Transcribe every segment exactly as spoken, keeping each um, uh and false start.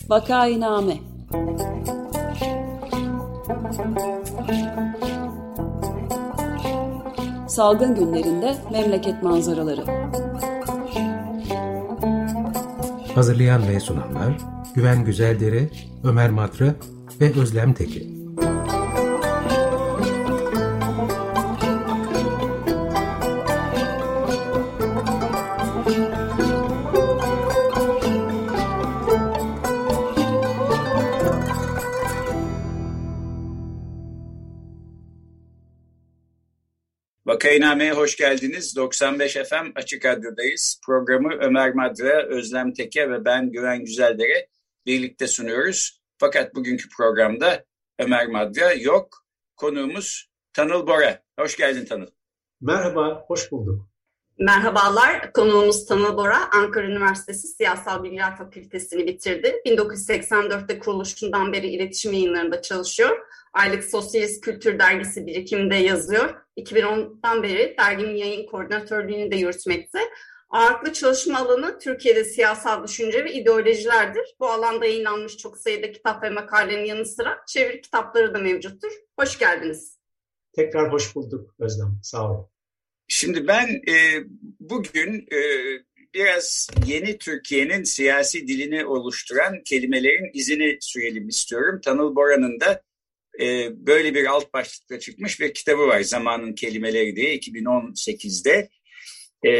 Vakainame. Salgın günlerinde memleket manzaraları. Hazırlayan ve sunanlar Güven Güzeldere, Ömer Madra ve Özlem Teki. Vakainame'ye hoş geldiniz. doksan beş F M Açık Radyo'dayız. Programı Ömer Madra, Özlem Teke ve ben Güven Güzeldere birlikte sunuyoruz. Fakat bugünkü programda Ömer Madra yok. Konuğumuz Tanıl Bora. Hoş geldin Tanıl. Merhaba, hoş bulduk. Merhabalar, konuğumuz Tanıl Bora, Ankara Üniversitesi Siyasal Bilgiler Fakültesini bitirdi. bin dokuz yüz seksen dörtte kuruluşundan beri iletişim yayınlarında çalışıyor. Aylık Sosyalist Kültür Dergisi birikiminde yazıyor. iki bin ondan beri derginin yayın koordinatörlüğünü de yürütmekte. Ağırlıklı çalışma alanı Türkiye'de siyasal düşünce ve ideolojilerdir. Bu alanda yayınlanmış çok sayıda kitap ve makalenin yanı sıra çeviri kitapları da mevcuttur. Hoş geldiniz. Tekrar hoş bulduk Özlem, sağ olun. Şimdi ben e, bugün e, biraz yeni Türkiye'nin siyasi dilini oluşturan kelimelerin izini sürelim istiyorum. Tanıl Bora'nın da e, böyle bir alt başlıkla çıkmış bir kitabı var, Zamanın Kelimeleri diye, iki bin on sekizde. E,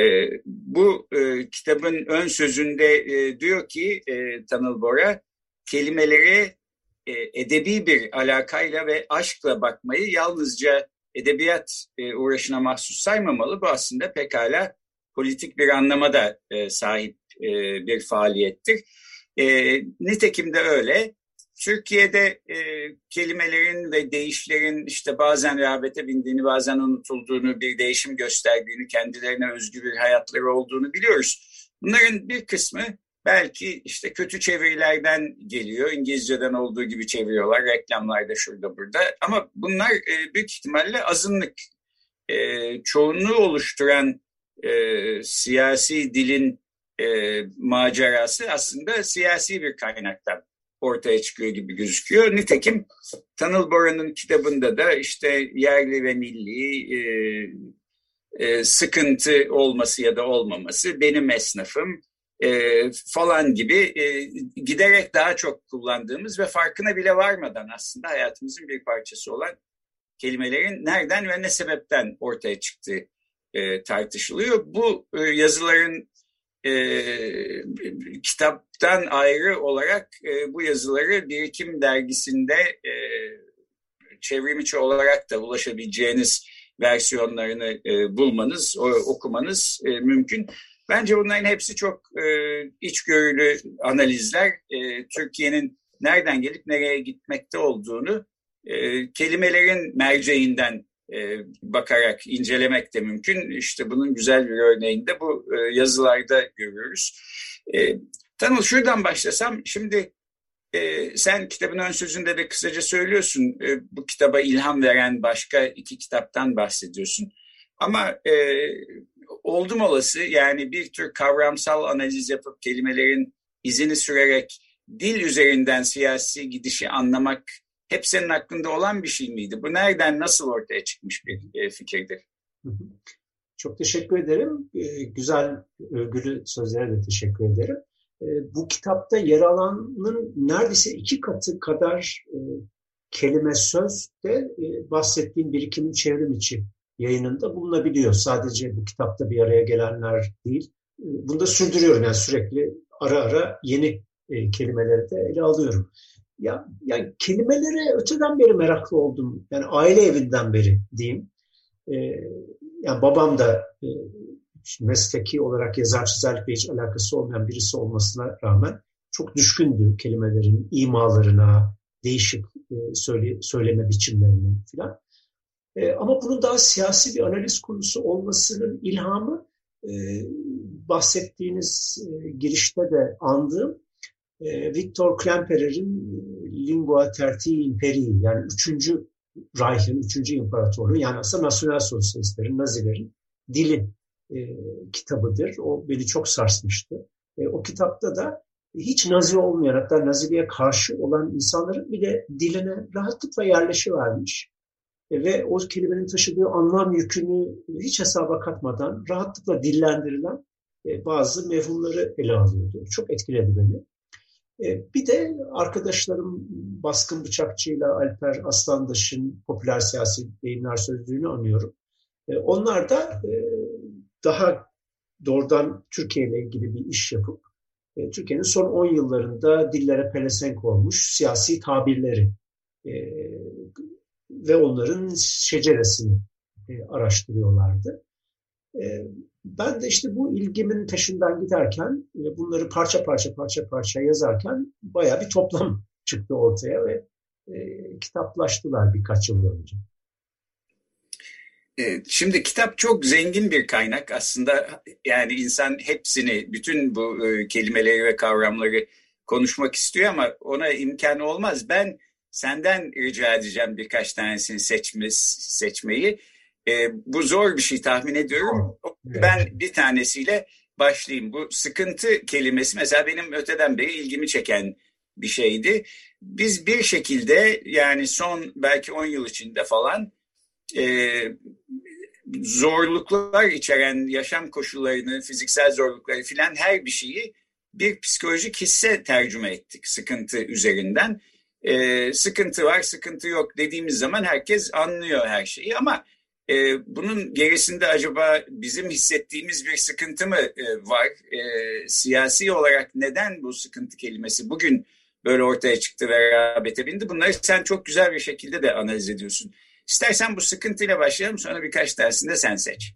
bu e, kitabın ön sözünde e, diyor ki e, Tanıl Bora, kelimelere e, edebi bir alakayla ve aşkla bakmayı yalnızca edebiyat e, uğraşına mahsus saymamalı. Bu aslında pekala politik bir anlama da e, sahip e, bir faaliyettir. E, nitekim de öyle. Türkiye'de e, kelimelerin ve deyişlerin işte bazen rağbete bindiğini, bazen unutulduğunu, bir değişim gösterdiğini, kendilerine özgü bir hayatları olduğunu biliyoruz. Bunların bir kısmı belki işte kötü çevirilerden geliyor. İngilizceden olduğu gibi çeviriyorlar, reklamlarda şurada burada. Ama bunlar e, büyük ihtimalle azınlık. E, çoğunluğu oluşturan e, siyasi dilin e, macerası aslında siyasi bir kaynaktan ortaya çıkıyor gibi gözüküyor. Nitekim Tanıl Bora'nın kitabında da işte yerli ve milli, e, e, sıkıntı olması ya da olmaması, benim esnafım, E, falan gibi e, giderek daha çok kullandığımız ve farkına bile varmadan aslında hayatımızın bir parçası olan kelimelerin nereden ve ne sebepten ortaya çıktığı e, tartışılıyor. Bu e, yazıların e, kitaptan ayrı olarak e, bu yazıları Birikim Dergisi'nde e, çevrimiçi olarak da ulaşabileceğiniz versiyonlarını e, bulmanız, o, okumanız e, mümkün. Bence bunların hepsi çok e, içgörülü analizler. E, Türkiye'nin nereden gelip nereye gitmekte olduğunu e, kelimelerin merceğinden e, bakarak incelemek de mümkün. İşte bunun güzel bir örneğini de bu e, yazılarda görüyoruz. E, Tanıl, şuradan başlasam. Şimdi e, sen kitabın ön sözünde de kısaca söylüyorsun. E, bu kitaba ilham veren başka iki kitaptan bahsediyorsun. Ama e, oldum olası, yani bir tür kavramsal analiz yapıp kelimelerin izini sürerek dil üzerinden siyasi gidişi anlamak hep senin aklında olan bir şey miydi? Bu nereden, nasıl ortaya çıkmış bir e, fikirdir? Çok teşekkür ederim. E, güzel, övgülü sözlere de teşekkür ederim. E, bu kitapta yer alanın neredeyse iki katı kadar e, kelime söz de e, bahsettiğim birikimin çevrim içi yayınında bulunabiliyor. Sadece bu kitapta bir araya gelenler değil. Bunu da sürdürüyorum. Yani sürekli ara ara yeni e, kelimeleri de ele alıyorum. Ya, ya kelimelere öteden beri meraklı oldum. Yani aile evinden beri diyeyim. E, yani babam da e, mesleki olarak yazar çizerlikle hiç alakası olmayan birisi olmasına rağmen çok düşkündü kelimelerin imalarına, değişik e, söyle, söyleme biçimlerine filan. E, ama bunun daha siyasi bir analiz konusu olmasının ilhamı e, bahsettiğiniz e, girişte de andığım e, Viktor Klemperer'in Lingua Tertii Imperii, yani üçüncü Reich'in, üçüncü imparatorluğu, yani aslında Nasyonel Sosyalistlerin, Nazilerin dili e, kitabıdır. O beni çok sarsmıştı. E, o kitapta da hiç Nazi olmayan, hatta Naziliğe karşı olan insanların bile diline rahatlıkla yerleşivermiş. Ve o kelimenin taşıdığı anlam yükünü hiç hesaba katmadan rahatlıkla dillendirilen bazı mefhumları ele alıyordu. Çok etkiledi beni. Bir de arkadaşlarım Baskın Bıçakçı'yla Alper Aslandaş'ın popüler siyasi deyimler sözlüğünü anıyorum. Onlar da daha doğrudan Türkiye ile ilgili bir iş yapıp Türkiye'nin son on yıllarında dillere pelesenk olmuş siyasi tabirleri ve onların şeceresini araştırıyorlardı. Ben de işte bu ilgimin peşinden giderken, bunları parça parça parça parça yazarken bayağı bir toplam çıktı ortaya ve kitaplaştılar birkaç yıl önce. Şimdi kitap çok zengin bir kaynak aslında, yani insan hepsini, bütün bu kelimeleri ve kavramları konuşmak istiyor ama ona imkanı olmaz. Ben senden rica edeceğim birkaç tanesini seçme, seçmeyi. E, bu zor bir şey tahmin ediyorum. Evet. Ben bir tanesiyle başlayayım. Bu sıkıntı kelimesi mesela benim öteden beri ilgimi çeken bir şeydi. Biz bir şekilde, yani son belki on yıl içinde falan e, zorluklar içeren yaşam koşullarını, fiziksel zorlukları filan her bir şeyi bir psikolojik hisse tercüme ettik sıkıntı üzerinden. Ee, sıkıntı var, sıkıntı yok dediğimiz zaman herkes anlıyor her şeyi ama e, bunun gerisinde acaba bizim hissettiğimiz bir sıkıntı mı e, var? E, siyasi olarak neden bu sıkıntı kelimesi bugün böyle ortaya çıktı ve rağbete bindi? Bunları sen çok güzel bir şekilde de analiz ediyorsun. İstersen bu sıkıntıyla başlayalım, sonra birkaç tanesini de sen seç.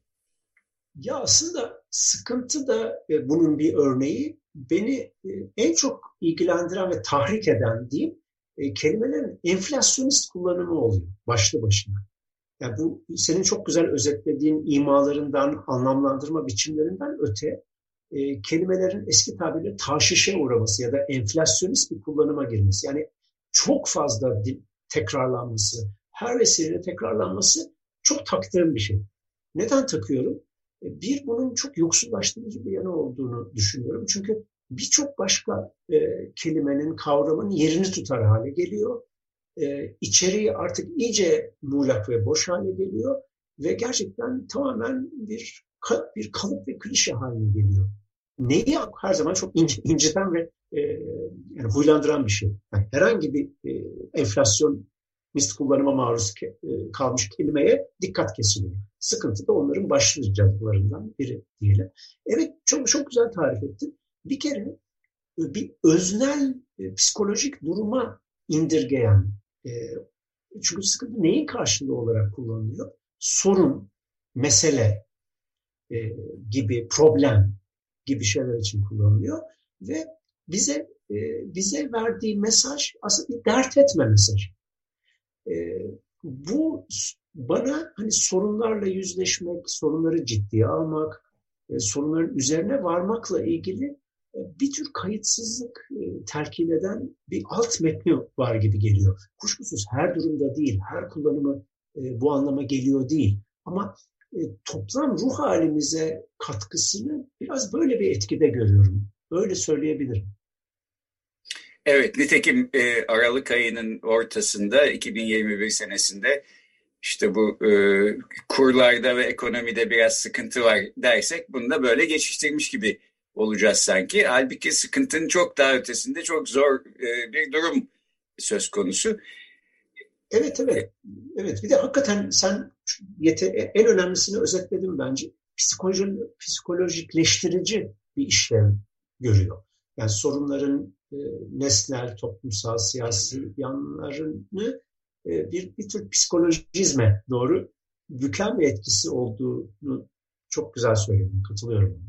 Ya aslında sıkıntı da e, bunun bir örneği. Beni e, en çok ilgilendiren ve tahrik eden diyeyim, e, kelimelerin enflasyonist kullanımı oluyor başlı başına. Yani bu senin çok güzel özetlediğin imalarından, anlamlandırma biçimlerinden öte e, kelimelerin eski tabirle taşişe uğraması ya da enflasyonist bir kullanıma girmesi. Yani çok fazla tekrarlanması, her vesileyle tekrarlanması çok taktığım bir şey. Neden takıyorum? Bir, bunun çok yoksullaştırıcı bir yanı olduğunu düşünüyorum. Çünkü birçok başka e, kelimenin, kavramın yerini tutar hale geliyor. E, içeriği artık iyice muğlak ve boş hale geliyor. Ve gerçekten tamamen bir, bir kalıp ve klişe haline geliyor. Neyi her zaman çok inc- inciten ve e, yani huylandıran bir şey. Yani herhangi bir e, enflasyon mist kullanıma maruz ke- kalmış kelimeye dikkat kesiliyor. Sıkıntı da onların başlıcalarından biri diyelim. Evet, çok çok güzel tarif ettin. Bir kere bir öznel e, psikolojik duruma indirgeyen, e, çünkü sıkıntı neyin karşılığı olarak kullanılıyor? Sorun, mesele e, gibi, problem gibi şeyler için kullanılıyor ve bize e, bize verdiği mesaj aslında bir dert etme mesajı. E, bu bana hani sorunlarla yüzleşmek, sorunları ciddiye almak, e, sorunların üzerine varmakla ilgili e, bir tür kayıtsızlık e, telkin eden bir alt metni var gibi geliyor. Kuşkusuz her durumda değil, her kullanımı e, bu anlama geliyor değil. Ama e, toplam ruh halimize katkısını biraz böyle bir etkide görüyorum. Öyle söyleyebilirim. Evet, nitekim e, Aralık ayının ortasında iki bin yirmi bir senesinde işte bu e, kurlarda ve ekonomide biraz sıkıntı var dersek bunu da böyle geçiştirmiş gibi olacağız sanki. Halbuki sıkıntının çok daha ötesinde çok zor e, bir durum söz konusu. Evet, evet. Evet, bir de hakikaten sen yete- en önemlisini özetledin bence. Psikoloji, psikolojikleştirici bir işlem görüyor. Yani sorunların e, nesnel, toplumsal, siyasi yanlarını e, bir, bir tür psikolojizme doğru büken bir etkisi olduğunu çok güzel söyledin. Katılıyorum.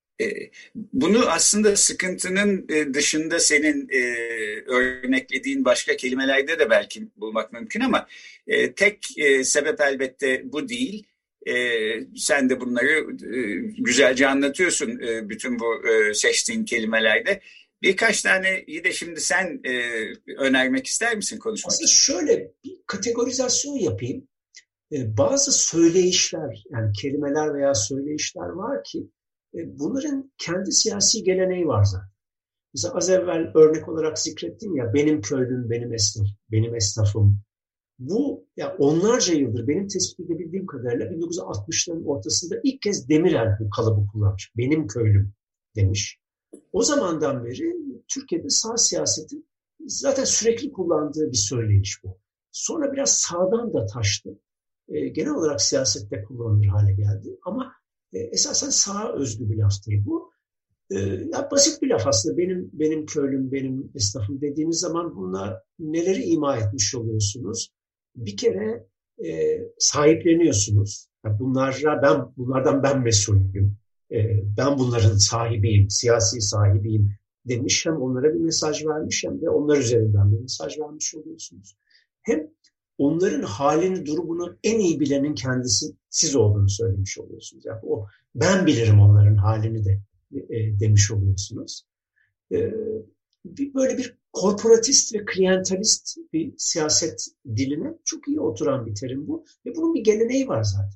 Bunu aslında sıkıntının dışında senin örneklediğin başka kelimelerde de belki bulmak mümkün ama tek sebep elbette bu değil. Sen de bunları güzelce anlatıyorsun bütün bu seçtiğin kelimelerde. Birkaç taneyi de şimdi sen önermek ister misin konuşmak için? Aslında şöyle bir kategorizasyon yapayım. Bazı söyleyişler, yani kelimeler veya söyleyişler var ki bunların kendi siyasi geleneği var zaten. Mesela az evvel örnek olarak zikrettim ya, benim köylüm, benim esnaf, benim esnafım. Bu ya onlarca yıldır benim tespit edebildiğim kadarıyla bin dokuz yüz altmışların ortasında ilk kez Demirel bu kalıbı kullanmış. Benim köylüm demiş. O zamandan beri Türkiye'de sağ siyasetin zaten sürekli kullandığı bir söyleyiş bu. Sonra biraz sağdan da taştı. E, genel olarak siyasette kullanılır hale geldi. Ama e, esasen sağa özgü bir laftır bu. E, ya basit bir laf aslında. Benim benim köylüm, benim esnafım dediğiniz zaman bununla neleri ima etmiş oluyorsunuz? Bir kere e, sahipleniyorsunuz. Yani bunlara ben bunlardan ben mesulüyüm. E, ben bunların sahibiyim, siyasi sahibiyim demiş. Hem onlara bir mesaj vermiş hem de onlar üzerinden bir mesaj vermiş oluyorsunuz. Hem onların halini, durumunu en iyi bilenin kendisi siz olduğunu söylemiş oluyorsunuz. Yani o ben bilirim onların halini de e, demiş oluyorsunuz. E, bir, böyle bir korporatist ve klientelist bir siyaset diline çok iyi oturan bir terim bu. Ve bunun bir geleneği var zaten.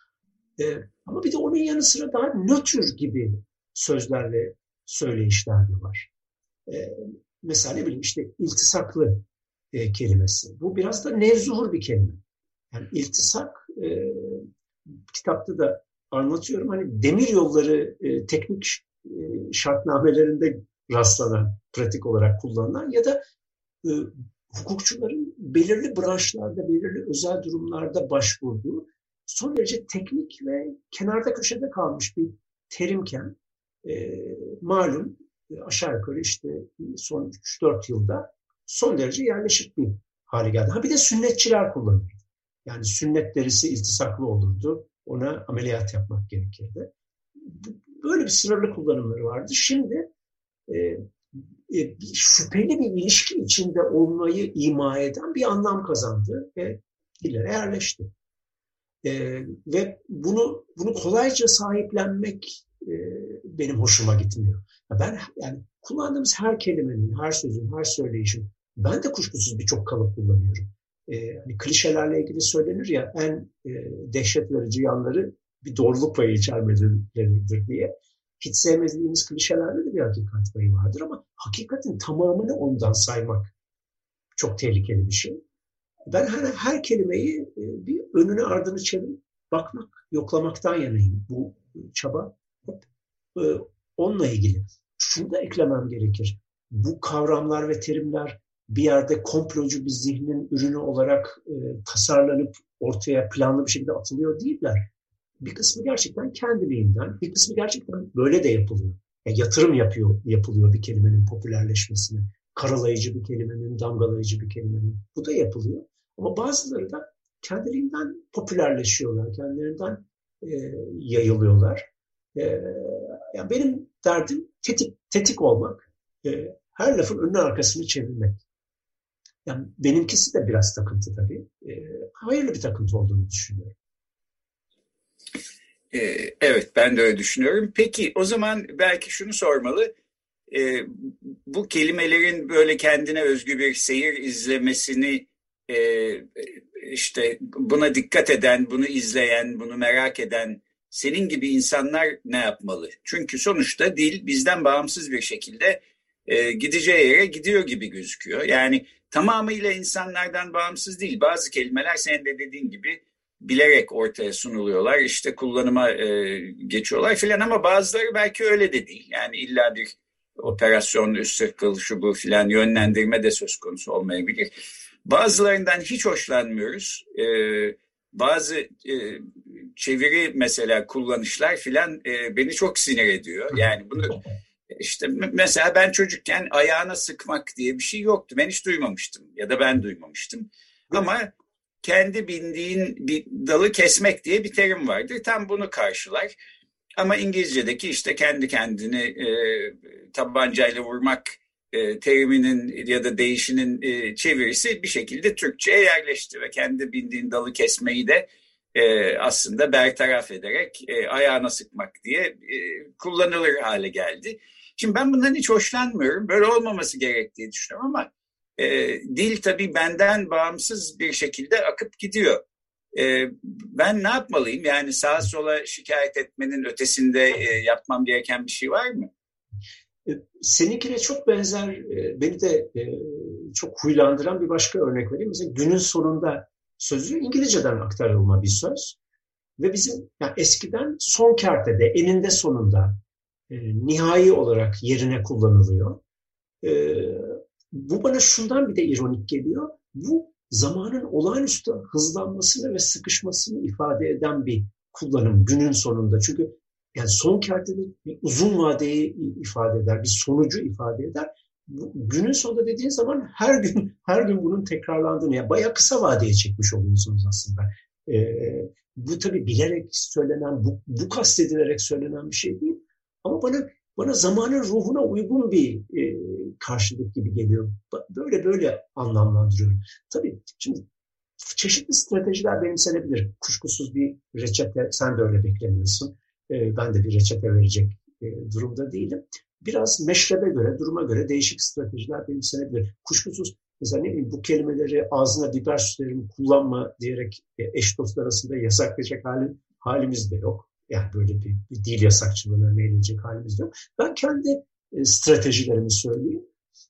E, ama bir de onun yanı sıra daha nötr gibi sözlerle söyleyişler de var. E, mesela ne bileyim işte iltisaklı e, kelimesi. Bu biraz da nevzuhur bir kelime. Yani iltisak e, kitapta da anlatıyorum. Hani demir yolları e, teknik e, şartnamelerinde rastlanan, pratik olarak kullanılan ya da e, hukukçuların belirli branşlarda, belirli özel durumlarda başvurduğu son derece teknik ve kenarda köşede kalmış bir terimken e, malum e, aşağı yukarı işte son üç dört yılda son derece yerleşik bir hale geldi. Ha bir de sünnetçiler kullanırdı. Yani sünnet derisi iltisaklı olurdu. Ona ameliyat yapmak gerekirdi. Böyle bir sınırlı kullanımları vardı. Şimdi e, e, bir şüpheli bir ilişki içinde olmayı ima eden bir anlam kazandı ve dillere yerleşti. E, ve bunu bunu kolayca sahiplenmek e, benim hoşuma gitmiyor. Ben yani kullandığımız her kelimenin, her sözün, her söyleyişin ben de kuşkusuz birçok kalıp kullanıyorum. E, hani klişelerle ilgili söylenir ya en e, dehşet verici yanları bir doğruluk payı içermeleridir diye. Hiç sevmediğimiz klişelerde de bir hakikat payı vardır ama hakikatin tamamını ondan saymak çok tehlikeli bir şey. Ben her, her kelimeyi e, bir önüne ardını çevirip bakmak, yoklamaktan yanayım. Bu çaba hep e, onunla ilgili. Şunu da eklemem gerekir. Bu kavramlar ve terimler bir yerde komplocu bir zihnin ürünü olarak e, tasarlanıp ortaya planlı bir şekilde atılıyor değiller. Bir kısmı gerçekten kendiliğinden, bir kısmı gerçekten böyle de yapılıyor. Yani yatırım yapıyor, yapılıyor bir kelimenin popülerleşmesine. Karalayıcı bir kelimenin, damgalayıcı bir kelimenin. Bu da yapılıyor. Ama bazıları da kendiliğinden popülerleşiyorlar, kendilerinden e, yayılıyorlar. E, yani benim derdim tetik, tetik olmak, e, her lafın önüne arkasını çevirmek. Yani benimkisi de biraz takıntı tabii. E, hayırlı bir takıntı olduğunu düşünüyorum. Evet, ben de öyle düşünüyorum. Peki o zaman belki şunu sormalı. E, bu kelimelerin böyle kendine özgü bir seyir izlemesini e, işte buna dikkat eden, bunu izleyen, bunu merak eden senin gibi insanlar ne yapmalı? Çünkü sonuçta dil bizden bağımsız bir şekilde e, gideceği yere gidiyor gibi gözüküyor. Yani tamamıyla insanlardan bağımsız değil. Bazı kelimeler senin de dediğin gibi bilerek ortaya sunuluyorlar, işte kullanıma e, geçiyorlar filan ama bazıları belki öyle de değil. Yani illa bir operasyon, üst sırkıl, şu bu filan yönlendirme de söz konusu olmayabilir. Bazılarından hiç hoşlanmıyoruz. E, bazı e, çeviri mesela kullanışlar filan e, beni çok sinir ediyor. Yani bunu işte mesela ben çocukken ayağına sıkmak diye bir şey yoktu. Ben hiç duymamıştım ya da ben duymamıştım. Ama kendi bindiğin bir dalı kesmek diye bir terim vardır. Tam bunu karşılar. Ama İngilizce'deki işte kendi kendini e, tabancayla vurmak e, teriminin ya da deyişinin e, çevirisi bir şekilde Türkçe'ye yerleşti ve kendi bindiğin dalı kesmeyi de e, aslında bertaraf ederek e, ayağına sıkmak diye e, kullanılır hale geldi. Şimdi ben bundan hiç hoşlanmıyorum. Böyle olmaması gerektiği düşünüyorum ama E, dil tabii benden bağımsız bir şekilde akıp gidiyor. E, ben ne yapmalıyım? Yani sağa sola şikayet etmenin ötesinde e, yapmam gereken bir şey var mı? Seninkine çok benzer, beni de çok huylandıran bir başka örnek vereyim. Mesela günün sonunda sözü İngilizceden aktarılma bir söz. Ve bizim yani eskiden son kertede, eninde sonunda nihai olarak yerine kullanılıyor. Bu bana şundan bir de ironik geliyor. Bu zamanın olağanüstü hızlanmasını ve sıkışmasını ifade eden bir kullanım günün sonunda. Çünkü yani son kertede bir uzun vadeyi ifade eder, bir sonucu ifade eder. Bu, günün sonunda dediğin zaman her gün her gün bunun tekrarlandığını, yani bayağı kısa vadeye çekmiş oluyorsunuz aslında. Ee, bu tabii bilerek söylenen, bu, bu kastedilerek söylenen bir şey değil. Ama bana bana zamanın ruhuna uygun bir e, karşılık gibi geliyor. Böyle böyle anlamlandırıyorum. Tabii şimdi çeşitli stratejiler benimsenebilir. Kuşkusuz bir reçete, sen de öyle beklemiyorsun. E, ben de bir reçete verecek e, durumda değilim. Biraz meşrebe göre, duruma göre değişik stratejiler benimsenebilir. Kuşkusuz mesela ne bileyim bu kelimeleri ağzına biber sürerim kullanma diyerek e, eş dost arasında yasaklayacak halim, halimiz de yok. Yani böyle bir, bir dil yasakçılığına meyledecek halimiz yok. Ben kendi e, stratejilerimi söyleyeyim.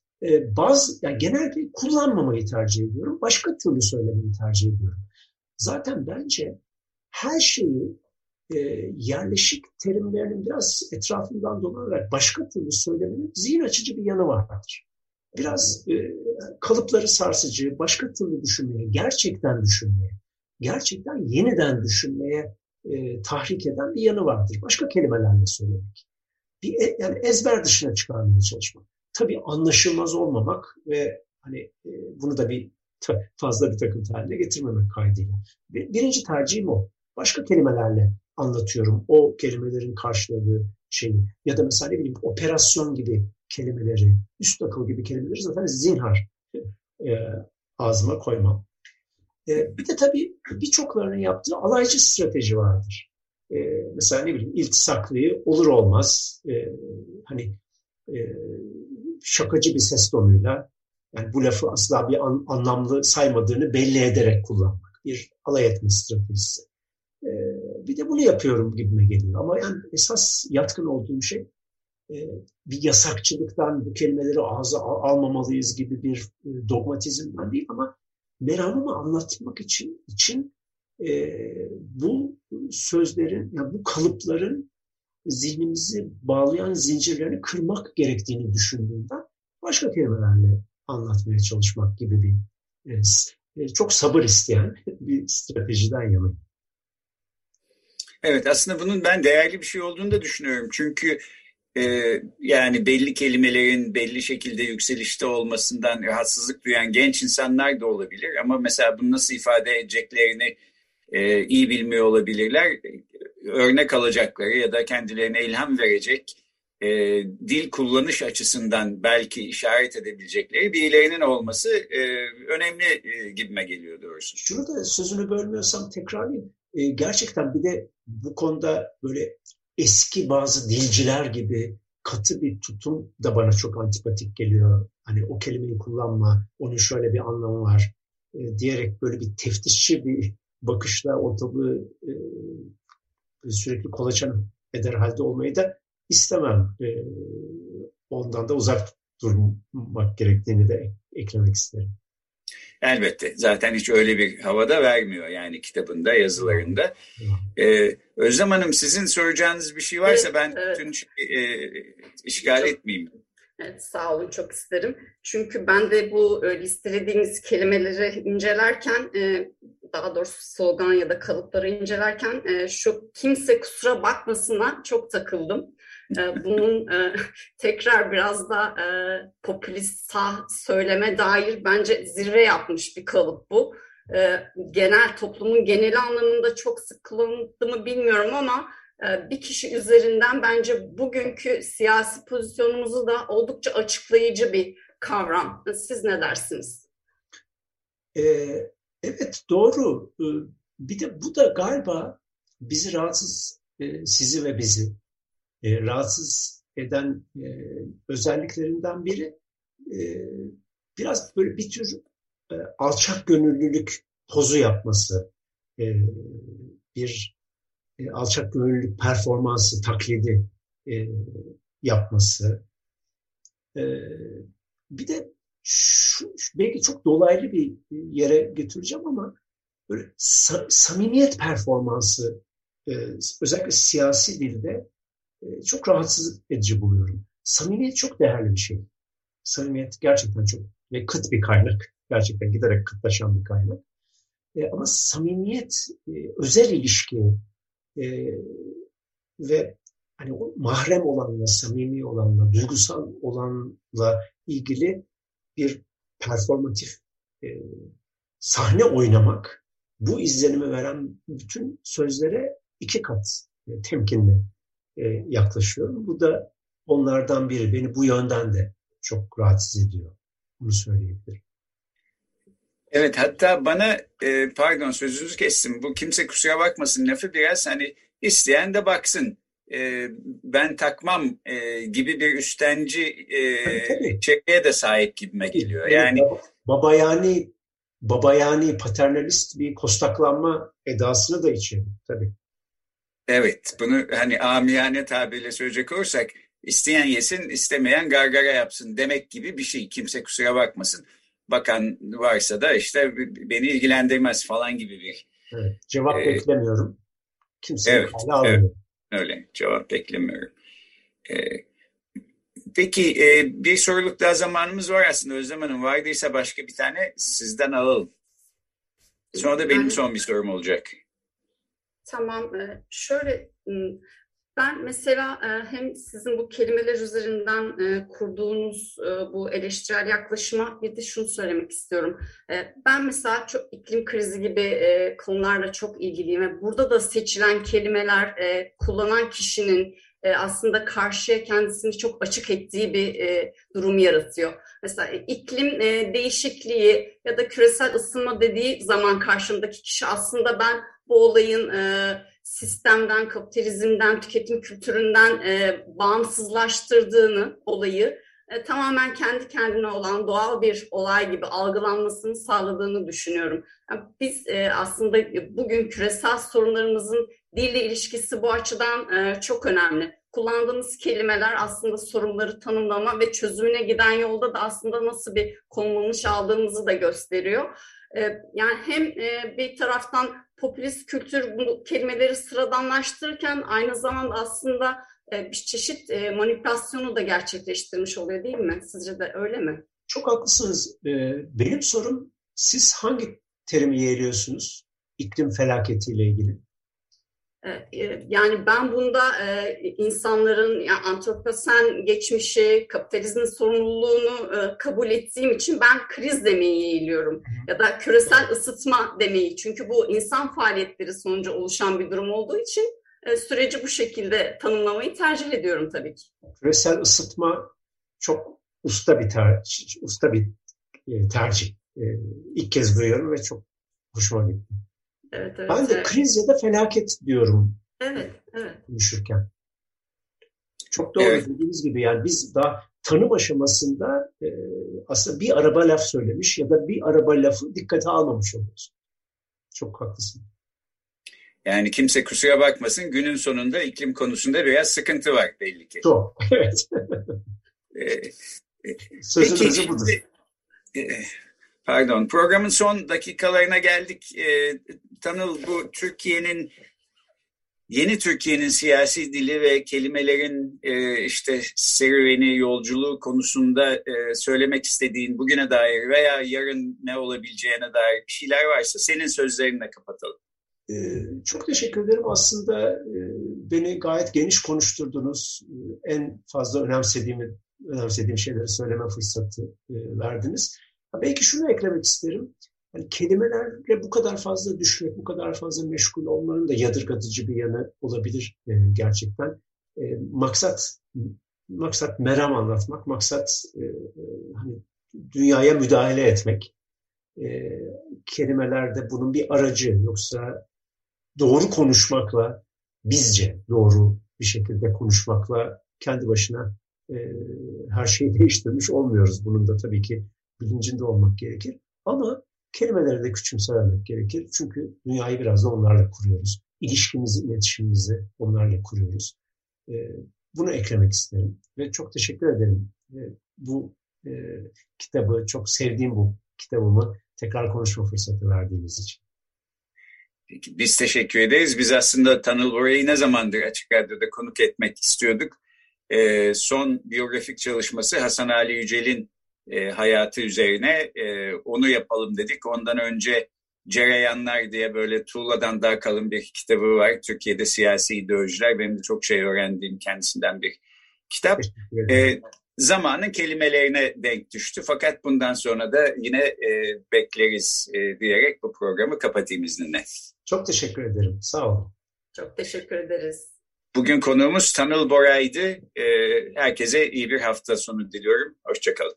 E, bazı, yani genelde kullanmamayı tercih ediyorum. Başka türlü söylemeyi tercih ediyorum. Zaten bence her şeyi e, yerleşik terimlerinin biraz etrafından dolanarak başka türlü söylemenin zihin açıcı bir yanı vardır. Biraz e, kalıpları sarsıcı, başka türlü düşünmeye, gerçekten düşünmeye, gerçekten yeniden düşünmeye e, tahrik eden bir yanı vardır. Başka kelimelerle söylemek. Bir, yani ezber dışına çıkarmaya çalışmak. Tabii anlaşılmaz olmamak ve hani e, bunu da bir fazla bir takıntı haline getirmemek kaydıyla. Birinci tercihim o. Başka kelimelerle anlatıyorum o kelimelerin karşıladığı şeyi. Ya da mesela ne bileyim operasyon gibi kelimeleri, üst akıl gibi kelimeleri zaten zinhar e, ağzıma koymam. E, bir de tabii birçoklarının yaptığı alaycı strateji vardır. E, mesela ne bileyim iltisaklıyı olur olmaz e, hani e, şakacı bir ses tonuyla yani bu lafı asla bir an, anlamlı saymadığını belli ederek kullanmak. Bir alay etme stratejisi. E, bir de bunu yapıyorum gibime geliyor. Ama yani esas yatkın olduğum şey e, bir yasakçılıktan bu kelimeleri ağza al, almamalıyız gibi bir e, dogmatizmden değil ama meramımı anlatmak için için e, bu sözlerin, yani bu kalıpların zihnimizi bağlayan zincirlerini kırmak gerektiğini düşündüğümden başka kelimelerle anlatmaya çalışmak gibi bir e, çok sabır isteyen bir stratejiden yanayım. Evet, aslında bunun ben değerli bir şey olduğunu da düşünüyorum. Çünkü e, yani belli kelimelerin belli şekilde yükselişte olmasından rahatsızlık duyan genç insanlar da olabilir. Ama mesela bunu nasıl ifade edeceklerini e, iyi bilmiyor olabilirler. Örnek alacakları ya da kendilerine ilham verecek e, dil kullanış açısından belki işaret edebilecekleri birilerinin olması e, önemli e, gibime geliyor doğrusu. Şunu da sözünü bölmüyorsam tekrarlayayım. E, gerçekten bir de bu konuda böyle eski bazı dilciler gibi katı bir tutum da bana çok antipatik geliyor. Hani o kelimeyi kullanma, onun şöyle bir anlamı var e, diyerek böyle bir teftişçi bir bakışla ortalığı e, sürekli kolaçan eder halde olmayı da istemem. E, ondan da uzak durmak gerektiğini de eklemek isterim. Elbette. Zaten hiç öyle bir havada vermiyor yani kitabında, yazılarında. Ee, Özlem Hanım sizin soracağınız bir şey varsa ben evet. bütün şeyi e, işgal çok, etmeyeyim. Evet, sağ olun, çok isterim. Çünkü ben de bu e, listelediğiniz kelimeleri incelerken, e, daha doğrusu slogan ya da kalıpları incelerken e, şu kimse kusura bakmasına çok takıldım. E, bunun e, tekrar biraz da e, popülist sağ söyleme dair bence zirve yapmış bir kalıp bu. E, genel toplumun geneli anlamında çok sık kullanıldı mı bilmiyorum ama e, bir kişi üzerinden bence bugünkü siyasi pozisyonumuzu da oldukça açıklayıcı bir kavram. Siz ne dersiniz? Ee, evet doğru. Ee, bir de bu da galiba bizi rahatsız, e, sizi ve bizi e, rahatsız eden e, özelliklerinden biri. E, biraz böyle bir tür e, alçak gönüllülük pozu yapması, e, bir e, alçak gönüllülük performansı, taklidi e, yapması. E, bir de şu, belki çok dolaylı bir yere götüreceğim ama böyle sa- samimiyet performansı e, özellikle siyasi dilde e, çok rahatsız edici buluyorum. Samimiyet çok değerli bir şey. Samimiyet gerçekten çok ve kıt bir kaynak. Gerçekten giderek kıtlaşan bir kaynak. E, ama samimiyet, e, özel ilişki e, ve hani o mahrem olanla, samimi olanla, duygusal olanla ilgili bir performatif e, sahne oynamak, bu izlenimi veren bütün sözlere iki kat e, temkinli e, yaklaşıyorum. Bu da onlardan biri. Beni bu yönden de çok rahatsız ediyor. Bunu söyleyebilirim. Evet, hatta bana e, pardon sözünüzü kestim. Bu kimse kusura bakmasın lafı biraz hani isteyen de baksın. E, ben takmam e, gibi bir üstenci e, çevreye de sahip gibime geliyor. Yani baba, baba yani baba yani paternalist bir kostaklanma edasını da içeriyor tabii. Evet, bunu hani amiyane tabirle söyleyecek olursak isteyen yesin, istemeyen gargara yapsın demek gibi bir şey. Kimse kusura bakmasın. Bakan varsa da işte beni ilgilendirmez falan gibi bir. Evet, cevap ee, beklemiyorum. Kimse evet, hala almıyor. Evet, öyle cevap beklemiyorum. Ee, peki e, bir soruluk daha zamanımız var aslında Özlem Hanım. Vardıysa başka bir tane sizden alalım. Sonra da benim son bir sorum olacak. Tamam. Şöyle ben mesela hem sizin bu kelimeler üzerinden kurduğunuz bu eleştirel yaklaşıma bir de şunu söylemek istiyorum. Ben mesela çok iklim krizi gibi konularla çok ilgiliyim ve burada da seçilen kelimeler kullanan kişinin aslında karşıya kendisini çok açık ettiği bir durum yaratıyor. Mesela iklim değişikliği ya da küresel ısınma dediği zaman karşımdaki kişi aslında ben bu olayın e, sistemden, kapitalizmden, tüketim kültüründen e, bağımsızlaştırdığını, olayı e, tamamen kendi kendine olan doğal bir olay gibi algılanmasını sağladığını düşünüyorum. Yani biz e, aslında bugün küresel sorunlarımızın dille ilişkisi bu açıdan e, çok önemli. Kullandığımız kelimeler aslında sorunları tanımlama ve çözümüne giden yolda da aslında nasıl bir konumlanış aldığımızı da gösteriyor. E, yani hem e, bir taraftan popülist kültür bu kelimeleri sıradanlaştırırken aynı zamanda aslında e, bir çeşit e, manipülasyonu da gerçekleştirmiş oluyor değil mi? Sizce de öyle mi? Çok haklısınız. E, benim sorum, siz hangi terimi yeğliyorsunuz iklim felaketiyle ilgili? Yani ben bunda e, insanların yani antroposen geçmişi, kapitalizmin sorumluluğunu e, kabul ettiğim için ben kriz demeyi yeğliyorum. Ya da küresel ısıtma demeyi. Çünkü bu insan faaliyetleri sonucu oluşan bir durum olduğu için e, süreci bu şekilde tanımlamayı tercih ediyorum tabii ki. Küresel ısıtma çok usta bir tercih. Usta bir e, tercih. E, ilk kez duyuyorum ve çok hoşuma gitti. Evet, evet, ben de evet. kriz ya da felaket diyorum. Evet, evet. Konuşurken. Çok doğru evet. dediğiniz gibi yani biz daha tanım aşamasında e, aslında bir araba laf söylemiş ya da bir araba lafı dikkate almamış oluyoruz. Çok haklısın. Yani kimse kusura bakmasın, günün sonunda iklim konusunda biraz sıkıntı var belli ki. Çok, evet. ee, Sözümüzü budur. E, Pardon, programın son dakikalarına geldik. E, Tanıl, bu Türkiye'nin, yeni Türkiye'nin siyasi dili ve kelimelerin e, işte serüveni, yolculuğu konusunda e, söylemek istediğin bugüne dair veya yarın ne olabileceğine dair bir şeyler varsa senin sözlerinle kapatalım. Ee, çok teşekkür ederim. Aslında e, beni gayet geniş konuşturdunuz. E, en fazla önemsediğimi, önemsediğim şeyleri söyleme fırsatı e, verdiniz. Belki şunu eklemek isterim. Yani kelimelerle bu kadar fazla düşmek, bu kadar fazla meşgul olmanın da yadırgatıcı bir yanı olabilir e, gerçekten. E, maksat maksat meram anlatmak, maksat e, e, hani dünyaya müdahale etmek. E, kelimeler de bunun bir aracı. Yoksa doğru konuşmakla, bizce doğru bir şekilde konuşmakla kendi başına e, her şeyi değiştirmiş olmuyoruz. Bunun da tabii ki bilincinde olmak gerekir. Ama kelimeleri de küçümsememek gerekir. Çünkü dünyayı biraz da onlarla kuruyoruz. İlişkimizi, iletişimimizi onlarla kuruyoruz. Ee, bunu eklemek isterim ve çok teşekkür ederim. E, bu e, kitabı, çok sevdiğim bu kitabımı tekrar konuşma fırsatı verdiğiniz için. Peki, biz teşekkür ederiz. Biz aslında Tanıl Bora'yı ne zamandır Açık Radyo'da konuk etmek istiyorduk. E, son biyografik çalışması Hasan Ali Yücel'in e, hayatı üzerine, e, onu yapalım dedik. Ondan önce Cereyanlar diye böyle tuğladan daha kalın bir kitabı var. Türkiye'de siyasi ideolojiler. Benim de çok şey öğrendiğim kendisinden bir kitap. E, zamanın kelimelerine denk düştü. Fakat bundan sonra da yine e, bekleriz e, diyerek bu programı kapatayım izninle. Çok teşekkür ederim. Sağ olun. Çok teşekkür ederiz. Bugün konuğumuz Tanıl Bora'ydı. E, herkese iyi bir hafta sonu diliyorum. Hoşça kalın.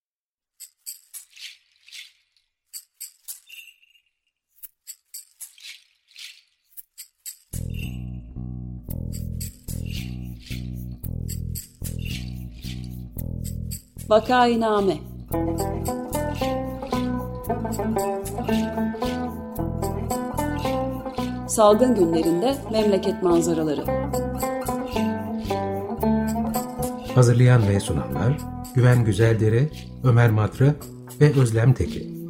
Vakainame. Salgın günlerinde memleket manzaraları. Hazırlayan ve sunanlar Güven Güzeldere, Ömer Madra ve Özlem Tekin.